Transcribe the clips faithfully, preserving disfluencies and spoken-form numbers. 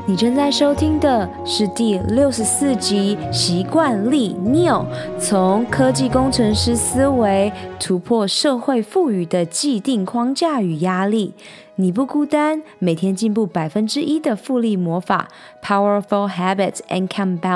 你正在收听的是第六十四集习惯力 Neo， 从科技工程师思维突破社会赋予的既定框架与压力。你不孤单，每天进步百分之一的复利魔法 Powerful Habits and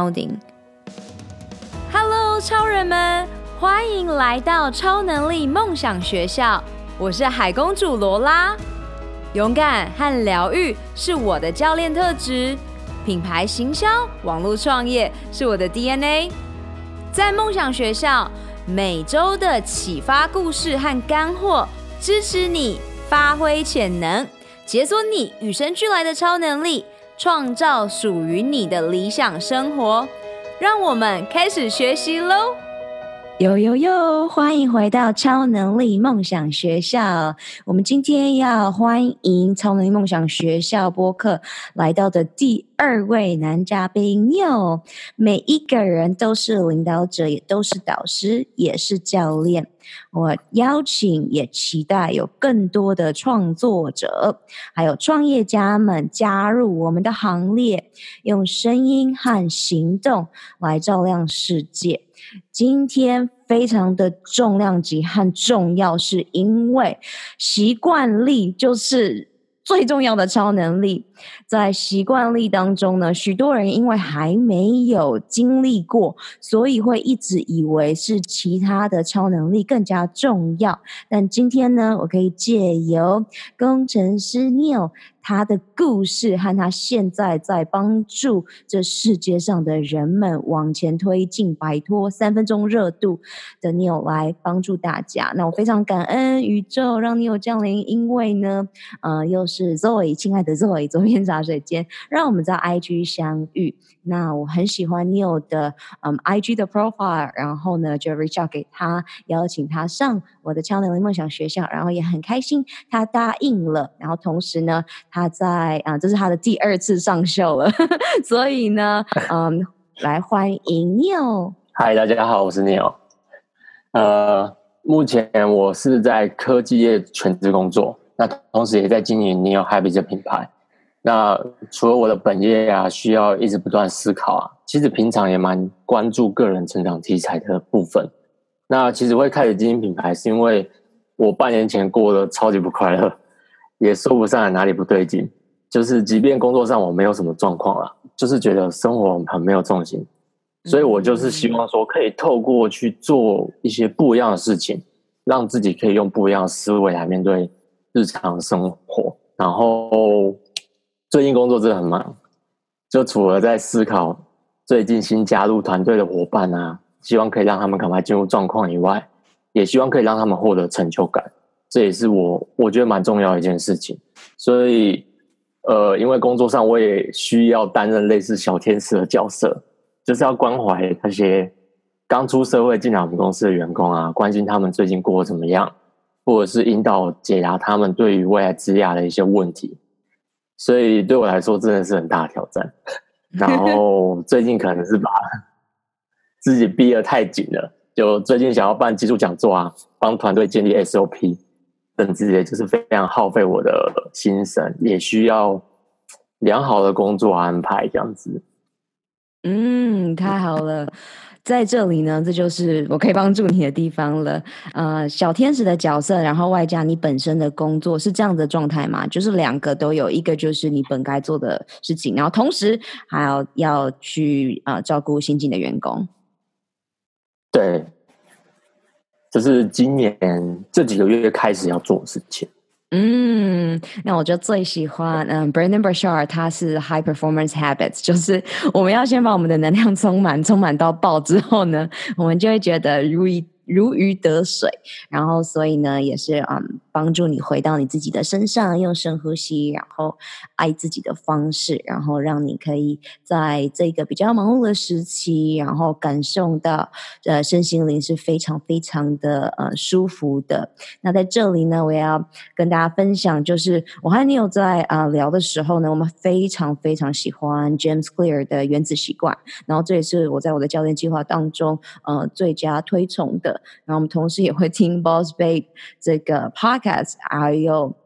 Compounding。Hello， 超人们，欢迎来到超能力梦想学校，我是海公主罗拉。勇敢和疗愈是我的教练特质，品牌行销、网络创业是我的 D N A。 在梦想学校，每周的启发故事和干货，支持你发挥潜能，解锁你与生俱来的超能力，创造属于你的理想生活。让我们开始学习咯！呦呦呦，欢迎回到超能力梦想学校。我们今天要欢迎超能力梦想学校播客来到的第二位男嘉宾 Neo。 每一个人都是领导者，也都是导师，也是教练。我邀请也期待有更多的创作者还有创业家们加入我们的行列，用声音和行动来照亮世界。今天非常的重量级和重要，是因为习惯力就是最重要的超能力。在习惯力当中呢，许多人因为还没有经历过，所以会一直以为是其他的超能力更加重要。但今天呢，我可以借由工程师 Neo 他的故事和他现在在帮助这世界上的人们往前推进，摆脱三分钟热度的 Neo 来帮助大家。那我非常感恩宇宙让 Neo 降临，因为呢呃，又是 Zoe， 亲爱的 Zoe， 左边茶水间，让我们在 I G 相遇。那我很喜欢 Neo 的、嗯、I G 的 profile， 然后呢就 reach out 给他，邀请他上我的超能力梦想学校，然后也很开心他答应了。然后同时呢他在啊、呃，这是他的第二次上秀了所以呢嗯，来欢迎 Neo。 嗨，大家好，我是 Neo。 呃，目前我是在科技业全职工作，那同时也在经营 Neo Habits 的品牌。那除了我的本业啊，需要一直不断思考啊，其实平常也蛮关注个人成长题材的部分。那其实会开始经营品牌，是因为我半年前过得超级不快乐，也说不上来哪里不对劲。就是即便工作上我没有什么状况啦，就是觉得生活很没有重心，所以我就是希望说可以透过去做一些不一样的事情，让自己可以用不一样的思维来面对日常生活。然后最近工作真的很忙，就除了在思考最近新加入团队的伙伴啊，希望可以让他们赶快进入状况以外，也希望可以让他们获得成就感，这也是我我觉得蛮重要的一件事情。所以呃，因为工作上我也需要担任类似小天使的角色，就是要关怀那些刚出社会进来我们公司的员工啊，关心他们最近过得怎么样，或者是引导解答他们对于未来职业的一些问题。所以对我来说真的是很大的挑战然后最近可能是把自己逼得太紧了，就最近想要办技术讲座啊，帮团队建立 S O P 等之类，就是非常耗费我的心神，也需要良好的工作安排这样子。 嗯，太好了。在这里呢，这就是我可以帮助你的地方了。呃，小天使的角色，然后外加你本身的工作，是这样的状态吗？就是两个都有，一个就是你本该做的事情，然后同时还要要去呃照顾新进的员工。 对，这是今年这几个月开始要做的事情。 嗯，那我就最喜欢嗯 Brendon Burchard， 他是 High Performance Habits， 就是我们要先把我们的能量充满充满到爆之后呢，我们就会觉得如鱼如鱼得水。然后所以呢也是嗯帮助你回到你自己的身上，用深呼吸，然后爱自己的方式，然后让你可以在这个比较忙碌的时期，然后感受到呃身心灵是非常非常的呃舒服的。那在这里呢，我也要跟大家分享，就是我和你有在啊、呃、聊的时候呢，我们非常非常喜欢 James Clear 的原子习惯，然后这也是我在我的教练计划当中呃最佳推崇的。然后我们同时也会听 Boss Babe 这个 podcast， 还有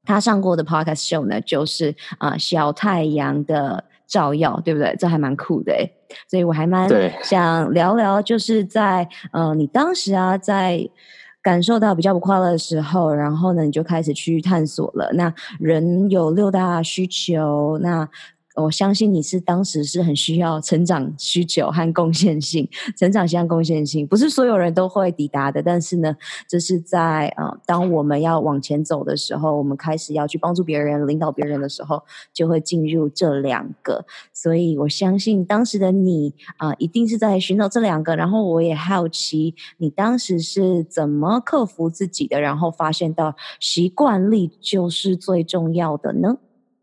他上过的 podcast show 呢，就是啊、呃、小太阳的照耀，对不对？这还蛮酷的诶，所以我还蛮想聊聊，就是在呃你当时啊在感受到比较不快乐的时候，然后呢你就开始去探索了。那人有六大需求，那我相信你是当时是很需要成长需求和贡献性，成长性和贡献性不是所有人都会抵达的，但是呢，这是在呃，当我们要往前走的时候，我们开始要去帮助别人、领导别人的时候，就会进入这两个。所以我相信当时的你啊、呃，一定是在寻找这两个。然后我也好奇，你当时是怎么克服自己的，然后发现到习惯力就是最重要的呢？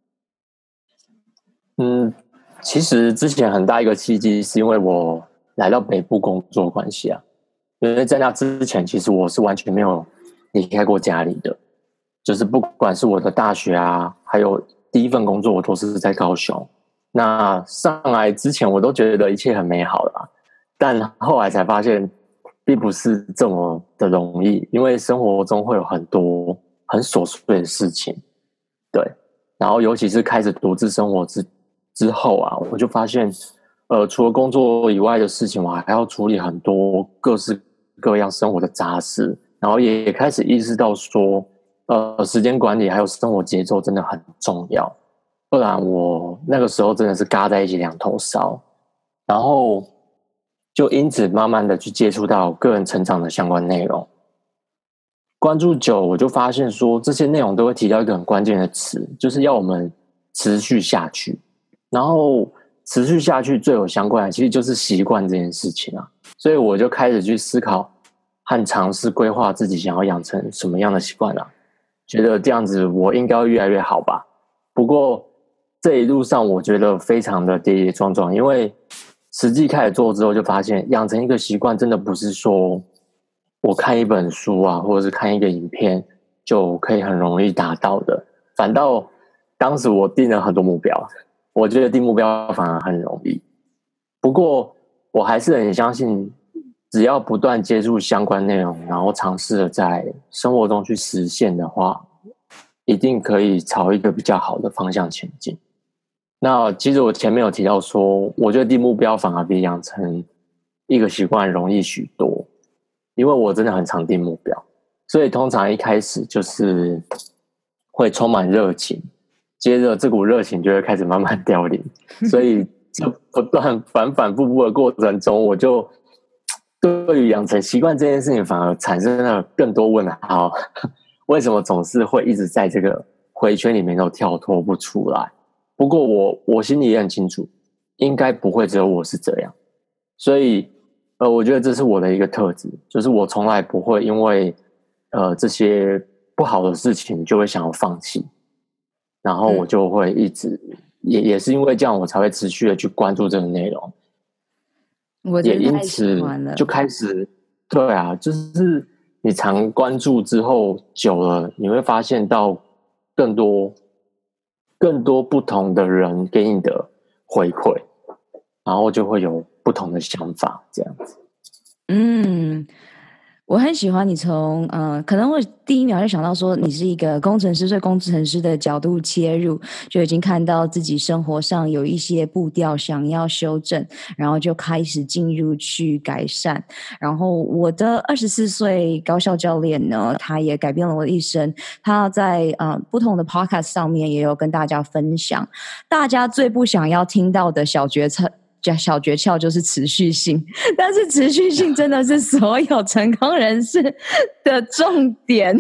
嗯，其实之前很大一个契机是因为我来到北部工作关系啊，因为在那之前其实我是完全没有离开过家里的，就是不管是我的大学啊，还有第一份工作我都是在高雄。那上来之前我都觉得一切很美好啦，但后来才发现并不是这么的容易，因为生活中会有很多很琐碎的事情，对，然后尤其是开始独自生活之之后啊，我就发现，呃，除了工作以外的事情，我还要处理很多各式各样生活的杂事，然后也开始意识到说，呃，时间管理还有生活节奏真的很重要，不然我那个时候真的是嘎在一起两头烧，然后就因此慢慢的去接触到个人成长的相关内容，关注久，我就发现说这些内容都会提到一个很关键的词，就是要我们持续下去。然后持续下去最有相关的其实就是习惯这件事情啊，所以我就开始去思考和尝试规划自己想要养成什么样的习惯啊，觉得这样子我应该会越来越好吧。不过这一路上我觉得非常的跌跌撞撞，因为实际开始做之后就发现养成一个习惯真的不是说我看一本书啊或者是看一个影片就可以很容易达到的，反倒当时我定了很多目标，我觉得定目标反而很容易，不过我还是很相信只要不断接触相关内容，然后尝试着在生活中去实现的话，一定可以朝一个比较好的方向前进。那其实我前面有提到说，我觉得定目标反而比养成一个习惯容易许多，因为我真的很常定目标，所以通常一开始就是会充满热情，接着这股热情就会开始慢慢凋零，所以就不断反反复复的过程中，我就对于养成习惯这件事情反而产生了更多问号，为什么总是会一直在这个回圈里面都跳脱不出来？不过我我心里也很清楚，应该不会只有我是这样，所以呃，我觉得这是我的一个特质，就是我从来不会因为呃这些不好的事情就会想要放弃，然后我就会一直、嗯、也也是因为这样，我才会持续的去关注这个内容。 我也因此就开始，对啊，就是你常关注之后久了，你会发现到更多更多不同的人给你的回馈，然后就会有不同的想法，这样子。 嗯。我很喜欢你从呃，可能我第一秒就想到说你是一个工程师，所以工程师的角度切入，就已经看到自己生活上有一些步调想要修正，然后就开始进入去改善。然后我的二十四岁高校教练呢，他也改变了我的一生。他在呃不同的 podcast 上面也有跟大家分享，大家最不想要听到的小决策。小诀窍就是持续性，但是持续性真的是所有成功人士的重点。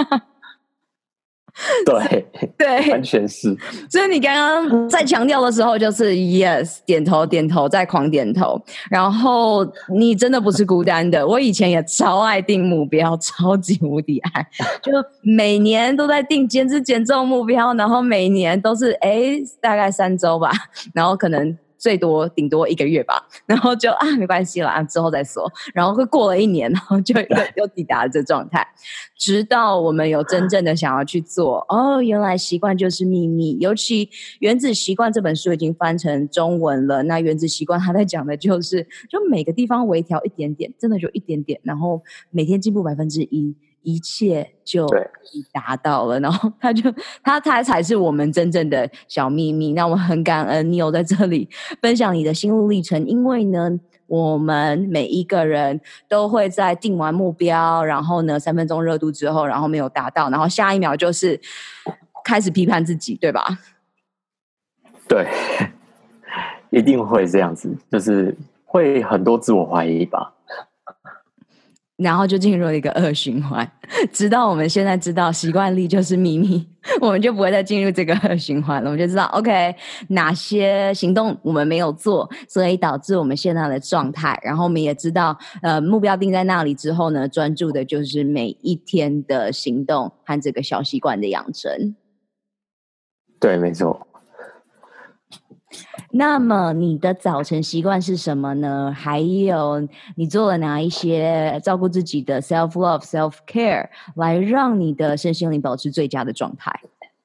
对对， 完全是。 所以你刚刚在强调的时候，就是 yes 点头点头再狂点头，然后你真的不是孤单的。我以前也超爱定目标，超级无敌爱，就每年都在定减脂减重目标，然后每年都是哎大概三周吧，然后可能。最多顶多一个月吧，然后就啊没关系了啊，之后再说。然后过了一年，然后就又又抵达了这状态，直到我们有真正的想要去做。哦，原来习惯就是秘密。尤其《原子习惯》这本书已经翻成中文了。那《原子习惯》它在讲的就是，就每个地方微调一点点，真的就一点点，然后每天进步百分之一。 一切就达到了，然后他就他才才是我们真正的小秘密。那我很感恩你有在这里分享你的心路历程，因为呢我们每一个人都会在定完目标，然后呢三分钟热度之后，然后没有达到，然后下一秒就是开始批判自己，对吧？ 对，一定会这样子，就是会很多自我怀疑吧， 然后就进入了一个恶循环，直到我们现在知道习惯力就是秘密，我们就不会再进入这个恶循环了。我们就知道 OK 哪些行动我们没有做，所以导致我们现在的状态，然后我们也知道呃目标定在那里之后呢，专注的就是每一天的行动和这个小习惯的养成。 对，没错。 那么你的早晨习惯是什么呢？还有你做了哪一些照顾自己的 self love self care 来让你的身心灵保持最佳的状态？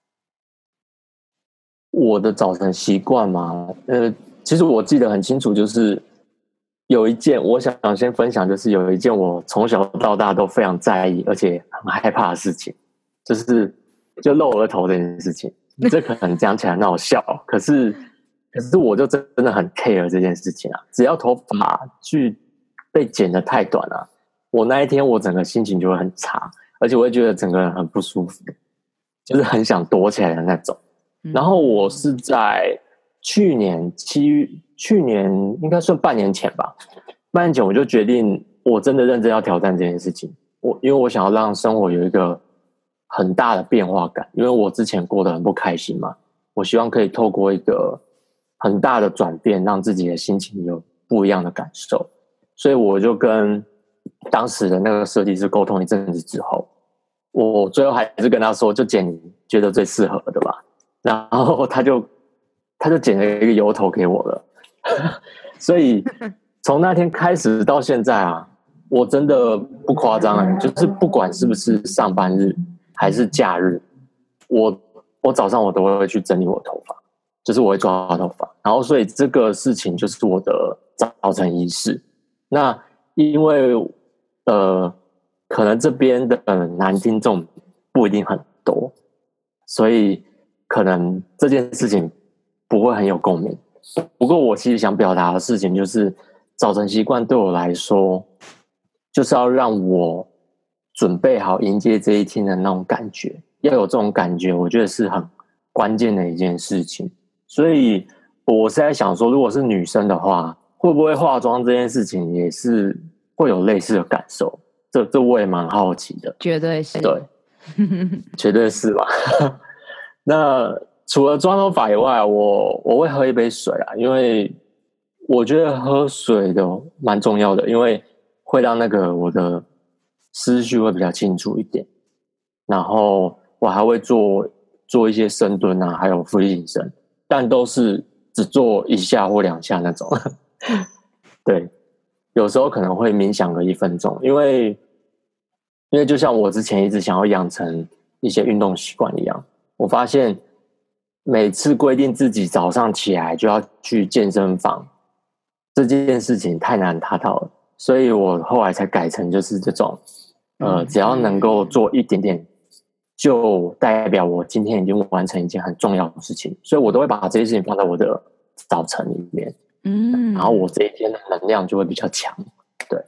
我的早晨习惯嘛，呃，其实我记得很清楚，就是有一件我想先分享，就是有一件我从小到大都非常在意而且很害怕的事情，就是就露额头这件事情。这可能讲起来很好笑，可是可是我就真的很 care 这件事情啊！只要头发去被剪得太短了，我那一天我整个心情就会很差，而且我会觉得整个人很不舒服，就是很想躲起来的那种。然后我是在去年七去年应该算半年前吧，半年前我就决定我真的认真要挑战这件事情。我因为我想要让生活有一个很大的变化感，因为我之前过得很不开心嘛，我希望可以透过一个很大的转变，让自己的心情有不一样的感受。所以我就跟当时的那个设计师沟通一阵子之后，我最后还是跟他说，就剪你觉得最适合的吧。然后他就他就剪了一个油头给我了。所以从那天开始到现在啊，我真的不夸张，就是不管是不是上班日还是假日，我我早上我都会去整理我的头发，就是我会抓头发，然后所以这个事情就是我的早晨仪式。那因为呃，可能这边的男听众不一定很多，所以可能这件事情不会很有共鸣。不过我其实想表达的事情就是，早晨习惯对我来说，就是要让我准备好迎接这一天的那种感觉，要有这种感觉，我觉得是很关键的一件事情。所以我是在想说，如果是女生的话，会不会化妆这件事情也是会有类似的感受？这这我也蛮好奇的。 绝对是， 对，绝对是吧？那除了抓头发以外，我我会喝一杯水啊，因为我觉得喝水的蛮重要的，因为会让那个我的思绪会比较清楚一点。然后我还会做做一些深蹲啊，还有伏地挺身，但都是只做一下或两下那种。对，有时候可能会冥想个一分钟，因为因为就像我之前一直想要养成一些运动习惯一样，我发现每次规定自己早上起来就要去健身房这件事情太难达到了，所以我后来才改成就是这种呃，只要能够做一点点，就代表我今天已经完成一件很重要的事情，所以我都会把这些事情放在我的早晨里面。嗯，然后我这一天的能量就会比较强。对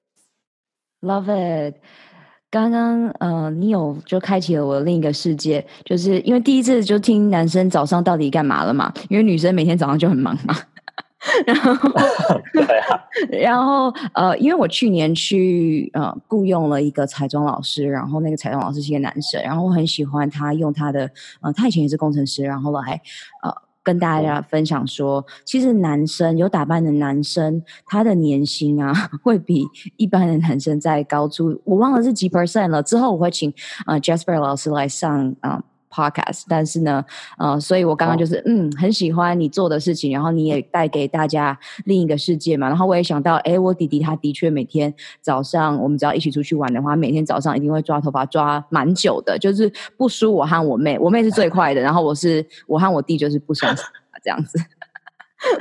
，Love it。刚刚呃，你有就开启了我的另一个世界，就是因为第一次就听男生早上到底干嘛了嘛，因为女生每天早上就很忙嘛。然后， 对啊， 然后呃，因为我去年去呃雇佣了一个彩妆老师，然后那个彩妆老师是一个男生，然后我很喜欢他用他的呃，他以前也是工程师，然后来呃。跟大家分享说，其实男生有打扮的男生，他的年薪啊，会比一般的男生再高出，我忘了是几 percent 了。之后我会请呃 Jasper 老师来上啊、呃、podcast， 但是呢，呃，所以我刚刚就是嗯，很喜欢你做的事情，然后你也带给大家另一个世界嘛。然后我也想到，哎，我弟弟他的确每天早上，我们只要一起出去玩的话，每天早上一定会抓头发抓蛮久的，就是不输我和我妹，我妹是最快的，然后我是我和我弟就是不相上下这样子。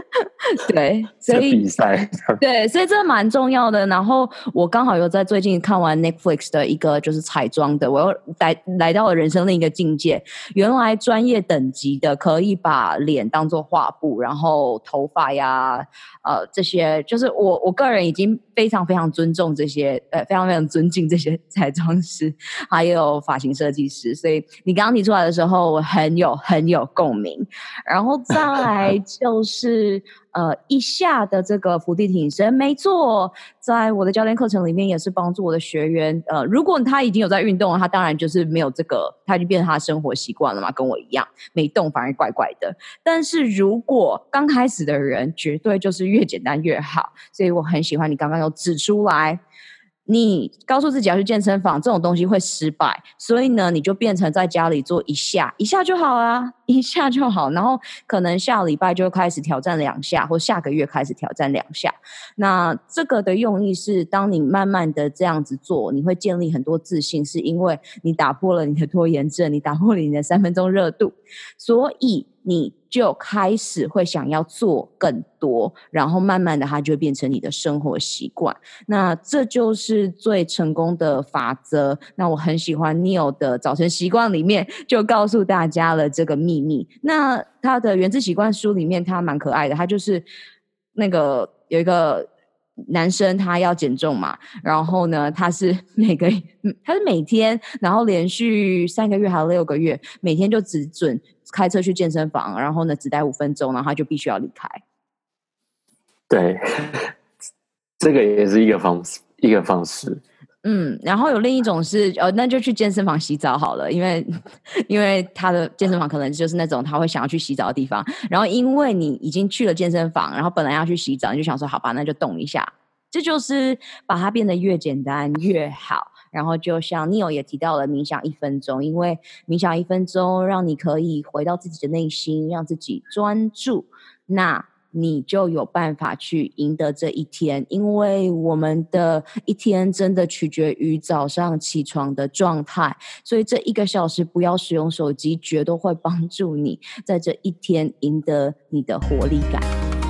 对，所以比赛， 对，所以这蛮重要的。然后我刚好有在最近看完 Netflix 的一个就是彩妆的，我又来来到了人生另一个境界。原来专业等级的可以把脸当作画布，然后头发呀，呃，这些就是我我个人已经非常非常尊重这些，呃，非常非常尊敬这些彩妆师，还有发型设计师。所以你刚刚提出来的时候，我很有很有共鸣。然后再来就是呃一下的这个伏地挺身，没错，在我的教练课程里面也是帮助我的学员。呃，如果他已经有在运动了，他当然就是没有这个，他已经变成他的生活习惯了嘛，跟我一样，没动反而怪怪的。但是如果刚开始的人，绝对就是越简单越好。所以我很喜欢你刚刚有指出来。你告诉自己要去健身房，这种东西会失败，所以呢，你就变成在家里做一下，一下就好啊，一下就好。然后可能下礼拜就开始挑战两下，或下个月开始挑战两下。那这个的用意是，当你慢慢的这样子做，你会建立很多自信，是因为你打破了你的拖延症，你打破了你的三分钟热度，所以你就开始会想要做更多，然后慢慢的它就会变成你的生活习惯。那这就是最成功的法则。那我很喜欢 Neil 的早晨习惯里面就告诉大家了这个秘密。那他的原子习惯书里面他蛮可爱的，他就是那个有一个男生他要减重嘛，然后呢他是每个他是每天，然后连续三个月还有六个月，每天就只准开车去健身房，然后呢只待五分钟，然后他就必须要离开。 对，这个也是一个方式，一个方式。 嗯，然后有另一种是，呃，那就去健身房洗澡好了，因为因为他的健身房可能就是那种他会想要去洗澡的地方，然后因为你已经去了健身房，然后本来要去洗澡，你就想说好吧，那就动一下，这就是把它变得越简单越好。然后就像 Neil 也提到了冥想一分钟，因为冥想一分钟让你可以回到自己的内心，让自己专注，那你就有办法去赢得这一天。因为我们的一天真的取决于早上起床的状态，所以这一个小时不要使用手机，绝对会帮助你在这一天赢得你的活力感。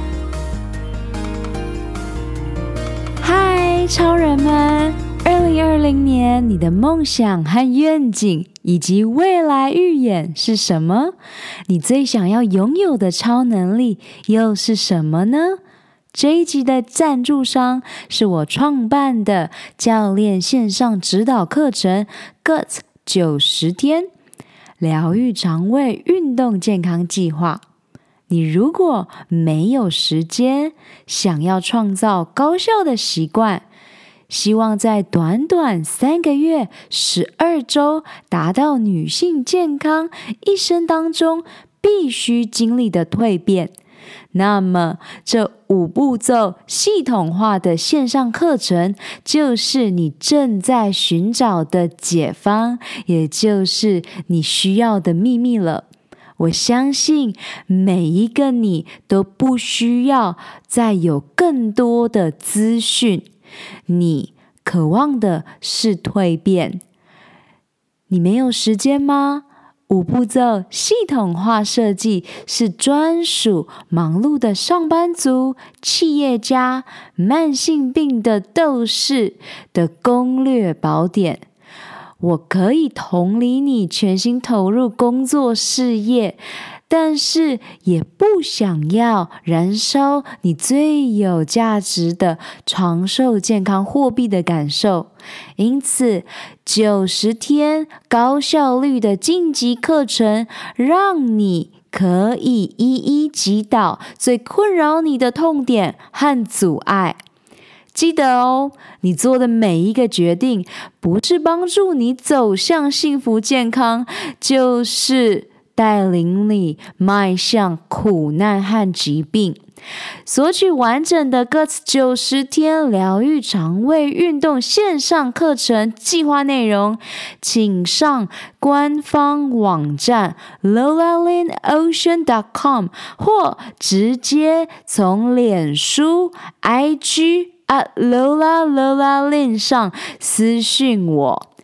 嗨，超人们！二零二零年你的梦想和愿景以及未来预演是什么？你最想要拥有的超能力又是什么呢？这一集的赞助商是我创办的教练线上指导课程 Guts 九十天疗愈肠胃运动健康计划。你如果没有时间，想要创造高效的习惯，希望在短短三个月、十二周达到女性健康一生当中必须经历的蜕变，那么这五步骤系统化的线上课程就是你正在寻找的解方，也就是你需要的秘密了。我相信每一个你都不需要再有更多的资讯，你渴望的是蜕变。你没有时间吗？五步骤系统化设计是专属忙碌的上班族、企业家、慢性病的斗士的攻略宝典。我可以同理你全心投入工作事业，但是也不想要燃烧你最有价值的长寿健康货币的感受。因此九十天高效率的晋级课程，让你可以一一击倒最困扰你的痛点和阻碍。记得哦，你做的每一个决定，不是帮助你走向幸福健康，就是带领你迈向苦难和疾病。索取完整的 Guts 九十天疗愈肠胃运动线上课程计划内容，请上官方网站 lola lin ocean dot com 或直接从脸书 I G at lola lola lin 上私讯我。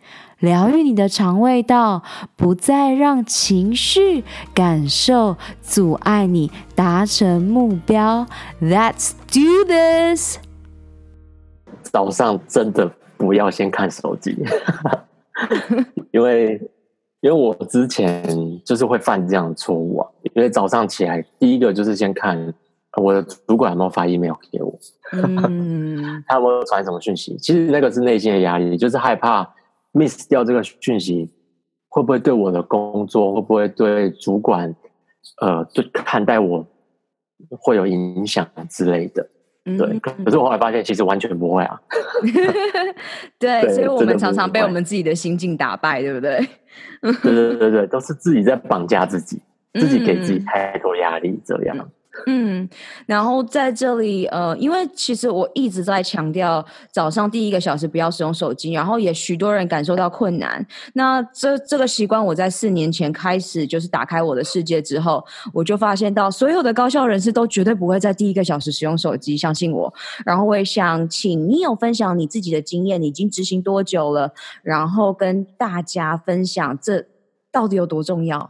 疗愈你的肠胃道，不再让情绪、感受阻碍你达成目标。Let's do this！ 早上真的不要先看手机，因为因为我之前就是会犯这样的错误啊。因为早上起来，第一个就是先看我的主管有没有发 email 给我，嗯，他有没有传什么讯息。其实那个是内心的压力，就是害怕 miss 掉这个讯息，会不会对我的工作，会不会对主管，呃，对看待我会有影响之类的。对，可是我后来发现其实完全不会啊。 对，对，所以我们常常被我们自己的心境打败，对不对？ 对对对对，都是自己在绑架自己，自己给自己太多压力，这样。 嗯，然后在这里，呃，因为其实我一直在强调早上第一个小时不要使用手机，然后也许多人感受到困难。那这这个习惯，我在四年前开始就是打开我的世界之后，我就发现到所有的高效人士都绝对不会在第一个小时使用手机，相信我。然后我也想请你有分享你自己的经验，你已经执行多久了？然后跟大家分享这到底有多重要。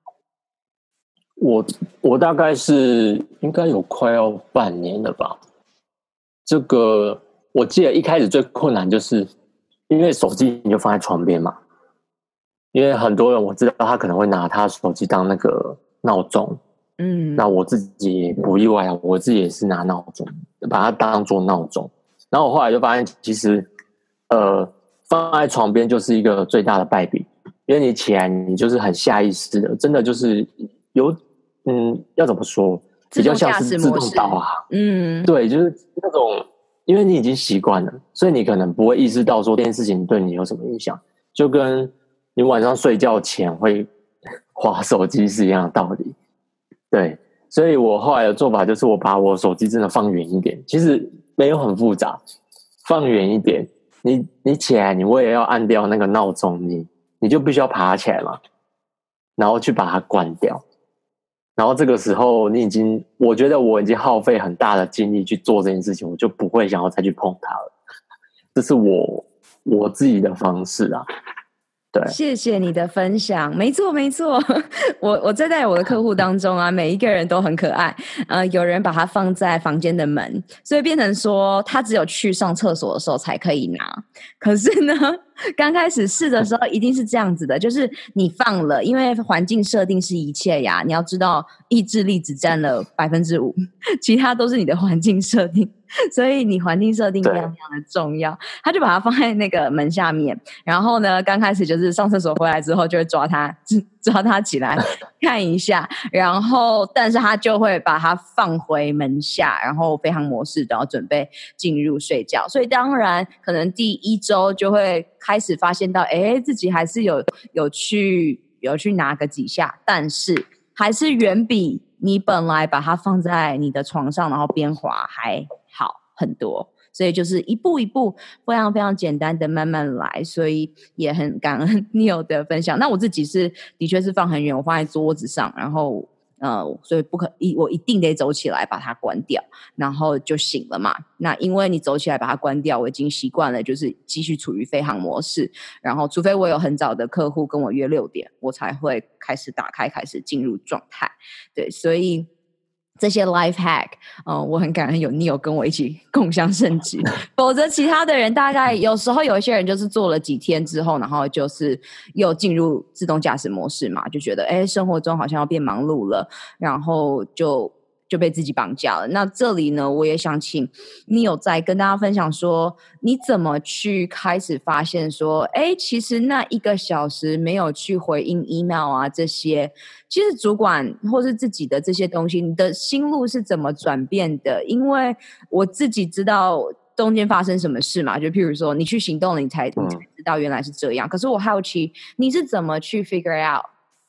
我我大概是应该有快要半年了吧。这个我记得一开始最困难就是因为手机你就放在床边嘛，因为很多人我知道他可能会拿他手机当那个闹钟，嗯，那我自己也不意外啊，我自己也是拿闹钟把它当做闹钟。然后我后来就发现其实呃放在床边就是一个最大的败笔，因为你起来你就是很下意识的，真的就是有嗯，要怎么说？比较像是自动导航。嗯，对，就是那种，因为你已经习惯了，所以你可能不会意识到说这件事情对你有什么影响，就跟你晚上睡觉前会滑手机是一样的道理。对，所以我后来的做法就是我把我手机真的放远一点，其实没有很复杂，放远一点。你你起来，你为了要按掉那个闹钟，你你就必须要爬起来嘛，然后去把它关掉。然后这个时候你已经，我觉得我已经耗费很大的精力去做这件事情，我就不会想要再去碰它了。这是我我自己的方式啊。对， 谢谢你的分享。没错没错，我我在在我的客户当中啊，每一个人都很可爱。呃，有人把它放在房间的门，所以变成说他只有去上厕所的时候才可以拿。可是呢，刚开始试的时候一定是这样子的，就是你放了，因为环境设定是一切呀，你要知道意志力只占了百分之五，其他都是你的环境设定，所以你环境设定非常非常的重要。他就把它放在那个门下面，然后呢，刚开始就是上厕所回来之后就会抓他抓他起来看一下，然后但是他就会把它放回门下，然后飞行模式，然后准备进入睡觉。所以当然可能第一周就会开始发现到，哎，自己还是有有去有去拿个几下，但是还是远比你本来把它放在你的床上然后边滑还好很多。所以就是一步一步非常非常简单的慢慢来，所以也很感恩 Neil 的分享。那我自己是的确是放很远，我放在桌子上，然后呃，所以不可一我一定得走起来把它关掉，然后就醒了嘛。那因为你走起来把它关掉，我已经习惯了，就是继续处于飞行模式。然后除非我有很早的客户跟我约六点，我才会开始打开，开始进入状态。对，所以这些 life hack， 呃，我很感恩有 Neil 跟我一起共襄盛举，否则其他的人大概有时候有一些人就是做了几天之后，然后就是又进入自动驾驶模式嘛，就觉得哎，生活中好像要变忙碌了，然后就就被自己绑架了。那这里呢，我也想请 Neil 再跟大家分享说，你怎么去开始发现说，哎，其实那一个小时没有去回应 email 啊这些，其实主管或是自己的这些东西，你的心路是怎么转变的？因为我自己知道中间发生什么事嘛，就譬如说你去行动了，你才、嗯、你才知道原来是这样。可是我好奇你是怎么去 figure out？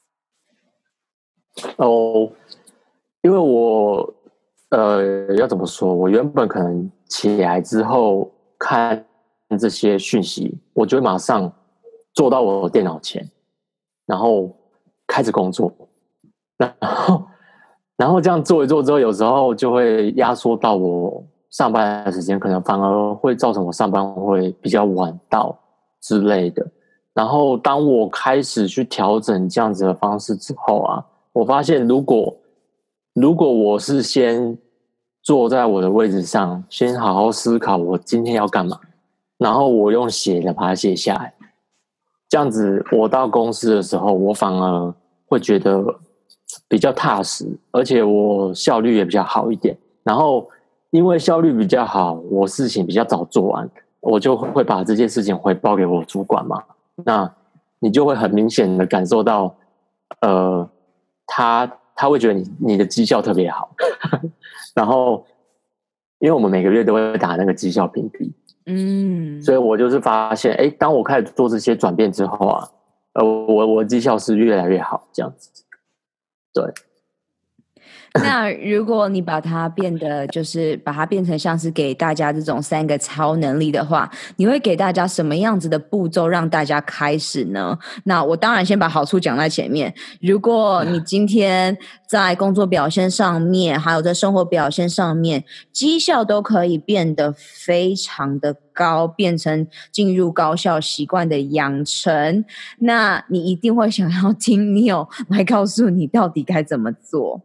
哦，因为我呃要怎么说，我原本可能起来之后看这些讯息，我就会马上坐到我的电脑前，然后开始工作。然后，然后这样做一做之后，有时候就会压缩到我上班的时间，可能反而会造成我上班会比较晚到之类的。 然后当我开始去调整这样子的方式之后啊，我发现如果如果我是先坐在我的位置上，先好好思考我今天要干嘛，然后我用写的把它写下来，这样子我到公司的时候，我反而会觉得比较踏实，而且我效率也比较好一点。然后因为效率比较好，我事情比较早做完，我就会把这件事情回报给我主管嘛。那你就会很明显的感受到，呃，他他会觉得你你的绩效特别好，然后因为我们每个月都会打那个绩效评比，嗯，所以我就是发现，哎，当我开始做这些转变之后啊，呃，我我绩效是越来越好，这样子，对。 那如果你把它变得就是把它变成像是给大家这种三个超能力的话，你会给大家什么样子的步骤让大家开始呢？那我当然先把好处讲在前面。如果你今天在工作表现上面，还有在生活表现上面，绩效都可以变得非常的高，变成进入高效习惯的养成，那你一定会想要听 Neil 来告诉你到底该怎么做。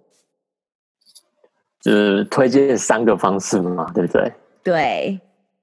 就是推荐三个方式嘛，对不对？ 对。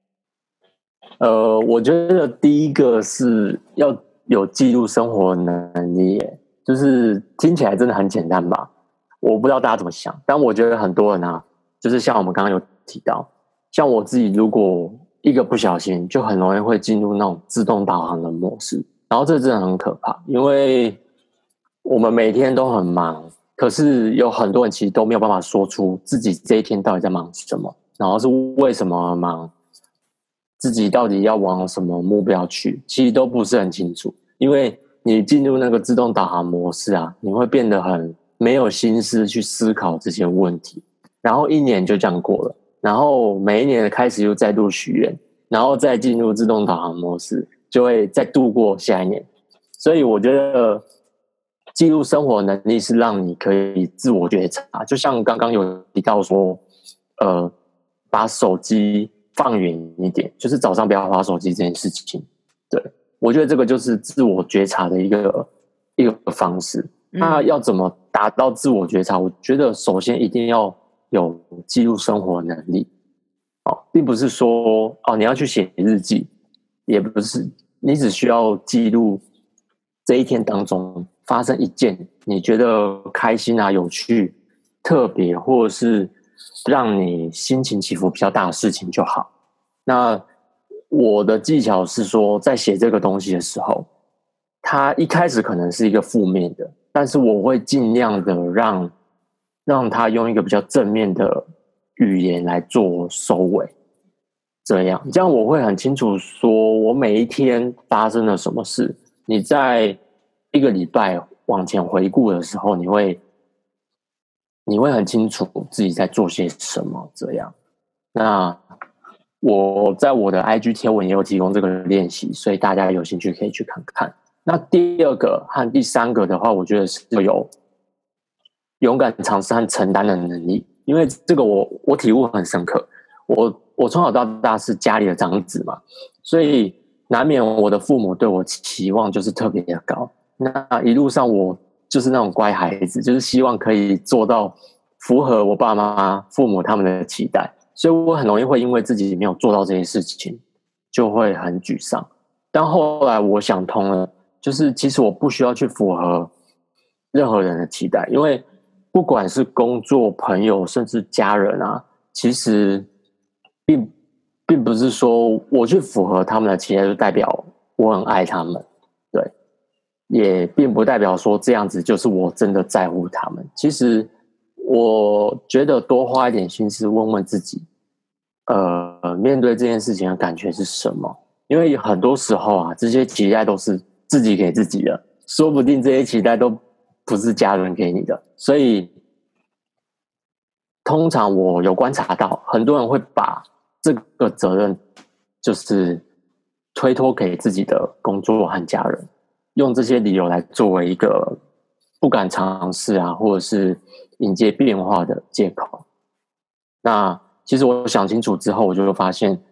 呃，我觉得第一个是要有记录生活能力，就是听起来真的很简单吧？我不知道大家怎么想，但我觉得很多人啊，就是像我们刚刚有提到，像我自己，如果一个不小心，就很容易会进入那种自动导航的模式，然后这真的很可怕，因为我们每天都很忙。可是有很多人其实都没有办法说出自己这一天到底在忙什么，然后是为什么而忙，自己到底要往什么目标去，其实都不是很清楚。因为你进入那个自动导航模式啊，你会变得很没有心思去思考这些问题，然后一年就这样过了，然后每一年的开始又再度许愿，然后再进入自动导航模式，就会再度过下一年。所以我觉得记录生活能力是让你可以自我觉察，就像刚刚有提到说，呃，把手机放远一点，就是早上不要滑手机这件事情。对，我觉得这个就是自我觉察的一个一个方式。那要怎么达到自我觉察？我觉得首先一定要有记录生活能力。哦，并不是说哦你要去写日记，也不是，你只需要记录这一天当中发生一件你觉得开心啊、有趣、特别，或者是让你心情起伏比较大的事情就好。那我的技巧是说，在写这个东西的时候，它一开始可能是一个负面的，但是我会尽量的让让它用一个比较正面的语言来做收尾。这样，这样我会很清楚说我每一天发生了什么事。你在一个礼拜往前回顾的时候，你会你会很清楚自己在做些什么。这样，那我在我的 I G 贴文也有提供这个练习，所以大家有兴趣可以去看看。那第二个和第三个的话，我觉得是有勇敢尝试和承担的能力，因为这个我我体悟很深刻。我我从小到大是家里的长子嘛，所以难免我的父母对我期望就是特别的高。那一路上我就是那种乖孩子，就是希望可以做到符合我爸妈、父母他们的期待，所以我很容易会因为自己没有做到这些事情，就会很沮丧。但后来我想通了，就是其实我不需要去符合任何人的期待，因为不管是工作、朋友，甚至家人啊，其实并并不是说我去符合他们的期待就代表我很爱他们，对，也并不代表说这样子就是我真的在乎他们。其实我觉得多花一点心思问问自己，呃，面对这件事情的感觉是什么？因为很多时候啊，这些期待都是自己给自己的，说不定这些期待都不是家人给你的。所以通常我有观察到，很多人会把这个责任就是推脱给自己的工作和家人，用这些理由来作为一个不敢尝试啊，或者是迎接变化的借口。那其实我想清楚之后，我就发现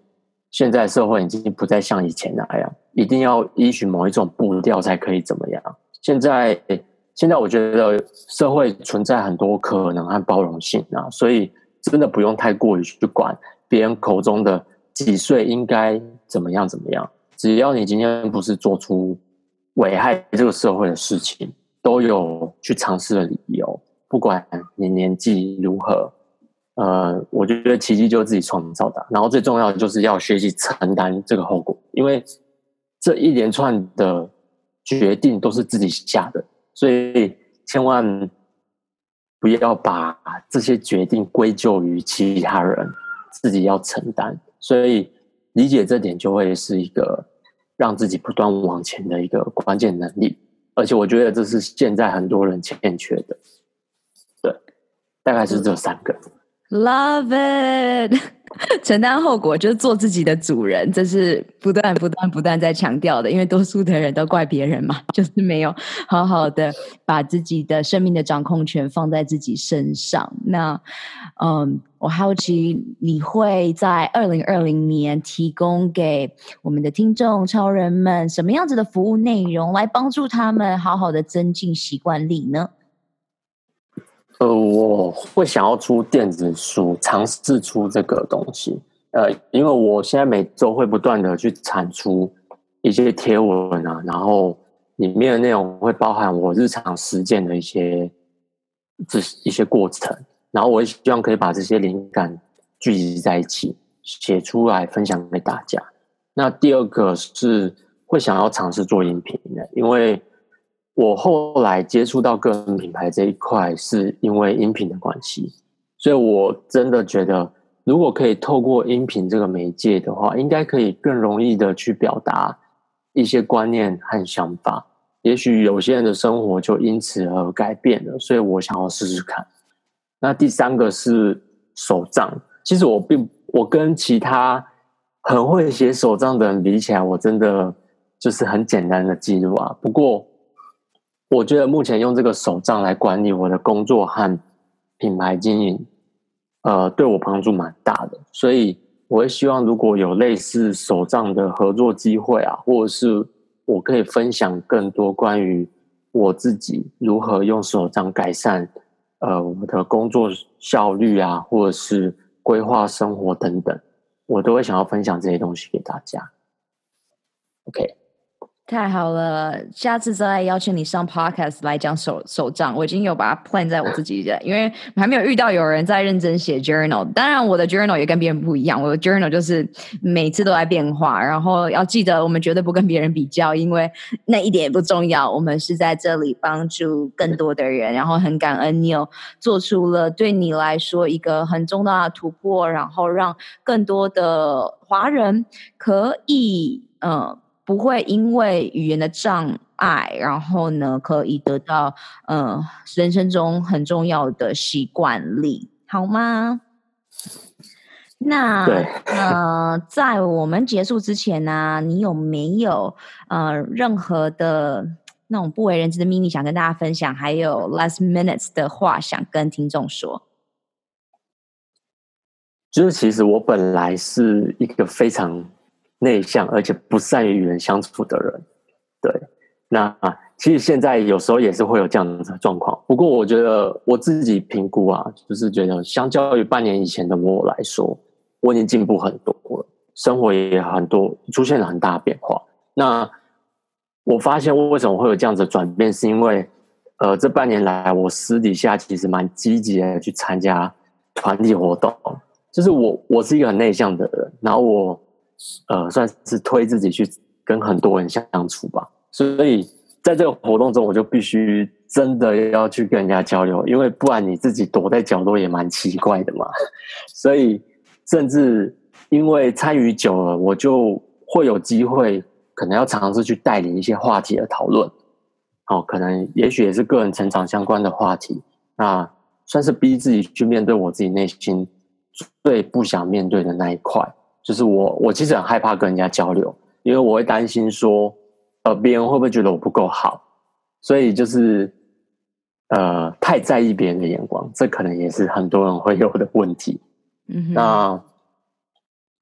现在社会已经不再像以前那样，一定要依循某一种步调才可以怎么样。现在，现在我觉得社会存在很多可能和包容性啊，所以真的不用太过于去管别人口中的几岁应该怎么样怎么样。只要你今天不是做出危害这个社会的事情，都有去尝试的理由。不管你年纪如何，呃，我觉得奇迹就是自己创造的。然后最重要的就是要学习承担这个后果，因为这一连串的决定都是自己下的，所以千万不要把这些决定归咎于其他人，自己要承担。所以理解这点就会是一个让自己不断往前的一个关键能力，而且我觉得这是现在很多人欠缺的。对，大概是这三个。 Love it 承担后果就是做自己的主人，这是不断不断不断在强调的，因为多数的人都怪别人嘛，就是没有好好的把自己的生命的掌控权放在自己身上。那嗯，我好奇你会在二零二零年提供给我们的听众超人们什么样子的服务内容，来帮助他们好好的增进习惯力呢？ 呃，我会想要出电子书，尝试出这个东西。呃，因为我现在每周会不断的去产出一些贴文啊，然后里面的内容会包含我日常实践的一些这一些过程，然后我也希望可以把这些灵感聚集在一起，写出来分享给大家。那第二个是会想要尝试做音频的，因为我后来接触到个人品牌这一块是因为音频的关系，所以我真的觉得如果可以透过音频这个媒介的话，应该可以更容易的去表达一些观念和想法，也许有些人的生活就因此而改变了，所以我想要试试看。那第三个是手账，其实我并我跟其他很会写手账的人比起来，我真的就是很简单的记录啊，不过我觉得目前用这个手账来管理我的工作和品牌经营，呃，对我帮助蛮大的。所以我会希望如果有类似手账的合作机会啊，或者是我可以分享更多关于我自己如何用手账改善呃我的工作效率啊，或者是规划生活等等，我都会想要分享这些东西给大家。OK。 太好了，下次再邀请你上 podcast 来讲手手账，我已经有把它 plan 在我自己的，因为还没有遇到有人在认真写 journal。当然我的 journal 也跟别人不一样，我的 journal 就是每次都在变化，然后要记得我们绝对不跟别人比较，因为那一点也不重要，我们是在这里帮助更多的人，然后很感恩你有做出了对你来说一个很重大的突破，然后让更多的华人可以嗯不会因为语言的障碍，然后呢，可以得到呃人生中很重要的习惯力，好吗？那呃，在我们结束之前呢、啊，你有没有呃任何的那种不为人知的秘密想跟大家分享？还有 last minutes 的话想跟听众说？ 就是其实我本来是一个非常内向而且不善于与人相处的人，对，那其实现在有时候也是会有这样的状况，不过我觉得我自己评估啊，就是觉得相较于半年以前的我来说，我已经进步很多了，生活也很多出现了很大的变化。那我发现为什么会有这样子的转变，是因为呃这半年来我私底下其实蛮积极的去参加团体活动，就是我我是一个很内向的人，然后我呃，算是推自己去跟很多人相处吧，所以在这个活动中，我就必须真的要去跟人家交流，因为不然你自己躲在角落也蛮奇怪的嘛。所以，甚至因为参与久了，我就会有机会，可能要尝试去带领一些话题的讨论。哦，可能也许也是个人成长相关的话题，那算是逼自己去面对我自己内心最不想面对的那一块。就是我，我其实很害怕跟人家交流，因为我会担心说，呃，别人会不会觉得我不够好，所以就是，呃，太在意别人的眼光，这可能也是很多人会有的问题。嗯哼。那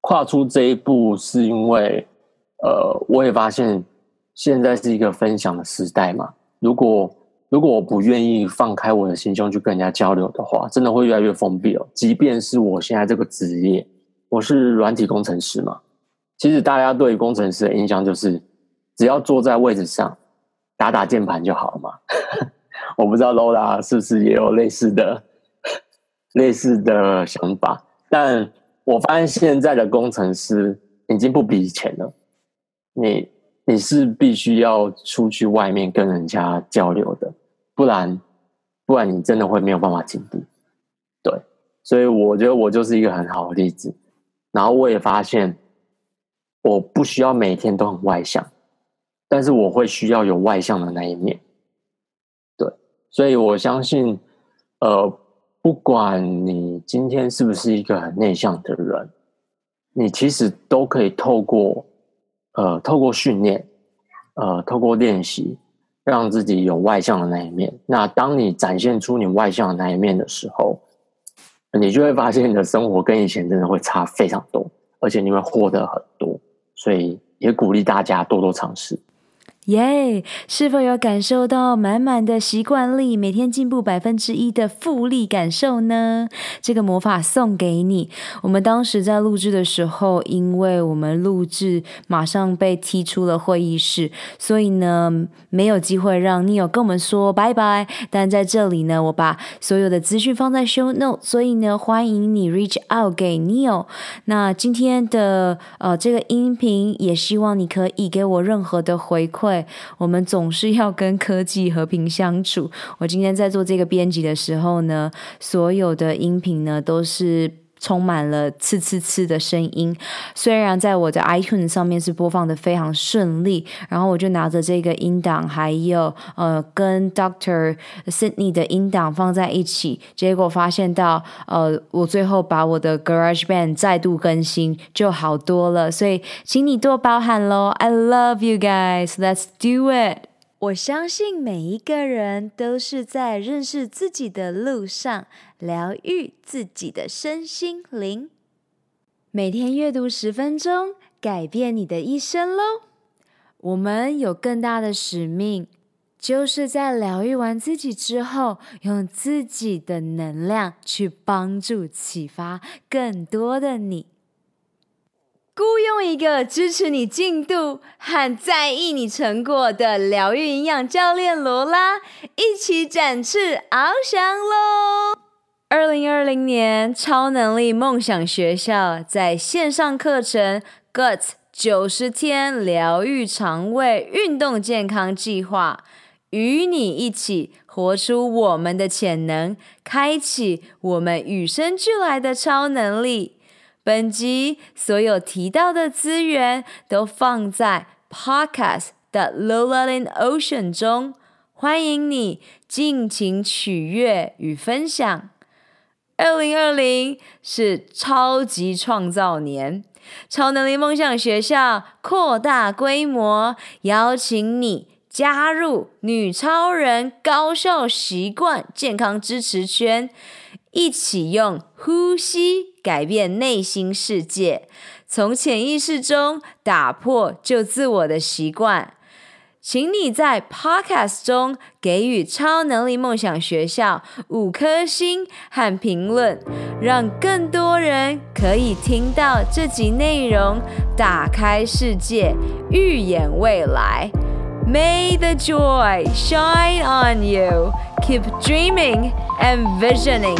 跨出这一步是因为，呃，我也发现现在是一个分享的时代嘛。如果如果我不愿意放开我的心胸去跟人家交流的话，真的会越来越封闭哦。即便是我现在这个职业，我是软体工程师嘛，其实大家对于工程师的印象就是只要坐在位置上打打键盘就好了嘛。我不知道 Lola 是不是也有类似的类似的想法，但我发现现在的工程师已经不比以前了。你你是必须要出去外面跟人家交流的，不然不然你真的会没有办法进步。对，所以我觉得我就是一个很好的例子。然后我也发现，我不需要每天都很外向，但是我会需要有外向的那一面。对，所以我相信，呃，不管你今天是不是一个很内向的人，你其实都可以透过呃透过训练，呃透过练习，让自己有外向的那一面。那当你展现出你外向的那一面的时候，你就会发现你的生活跟以前真的会差非常多，而且你会获得很多。所以也鼓励大家多多尝试。 耶、yeah, 是否有感受到满满的习惯力，每天进步百分之一的复利感受呢？这个魔法送给你。我们当时在录制的时候，因为我们录制马上被踢出了会议室，所以呢没有机会让 Neil 跟我们说拜拜。但在这里呢，我把所有的资讯放在 show note， 所以呢欢迎你 reach out 给 Neil。那今天的呃这个音频，也希望你可以给我任何的回馈。我们总是要跟科技和平相处。我今天在做这个编辑的时候呢，所有的音频呢都是充满了刺刺刺的声音。虽然在我的 iTunes 上面是播放的非常顺利，然后我就拿着这个音档还有呃跟 Doctor Sydney 的音档放在一起，结果发现到呃我最后把我的 GarageBand 再度更新就好多了，所以请你多包涵咯。 I love you guys, let's do it。我相信每一个人都是在认识自己的路上，疗愈自己的身心灵。每天阅读十分钟，改变你的一生咯。我们有更大的使命，就是在疗愈完自己之后，用自己的能量去帮助启发更多的你。雇佣一个支持你进度和在意你成果的疗愈营养教练罗拉，一起展翅翱翔咯。二零二零年超能力梦想学校在线上课程 G U T S 九十天疗愈肠胃运动健康计划，与你一起活出我们的潜能，开启我们与生俱来的超能力。本集所有提到的资源都放在 podcast 的 Lola in Ocean 中，欢迎你尽情取悦与分享。二零二零是超级创造年，超能力梦想学校扩大规模，邀请你加入女超人高效习惯健康支持圈，一起用呼吸改变内心世界，从潜意识中打破旧自我的习惯。请你在 Podcast 中给予超能力梦想学校五颗星和评论，让更多人可以听到这集内容，打开世界，预演未来。May the joy shine on you. Keep dreaming and visioning.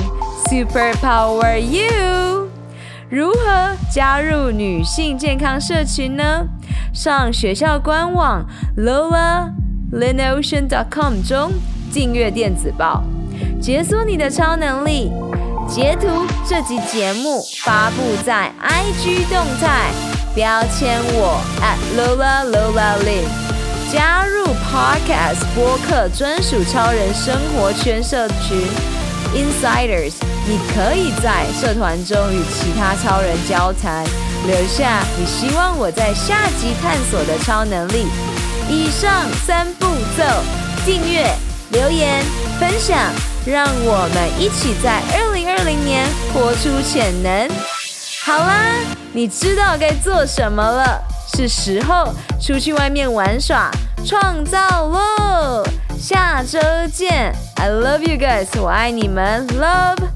Superpower you. 如何加入女性健康社群呢？上学校官网 lola in ocean dot com 中订阅电子报，解锁你的超能力。截图这集节目发布在 I G 动态，标签我 at lola lola lin。加入 Podcast 播客专属超人生活圈社群 Insiders， 你可以在社团中与其他超人交谈，留下你希望我在下集探索的超能力。以上三步骤：订阅、留言、分享，让我们一起在二零二零年活出潜能。 好啦，你知道该做什么了，是时候出去外面玩耍创造喽。下周见 I love you guys， 我爱你们 Love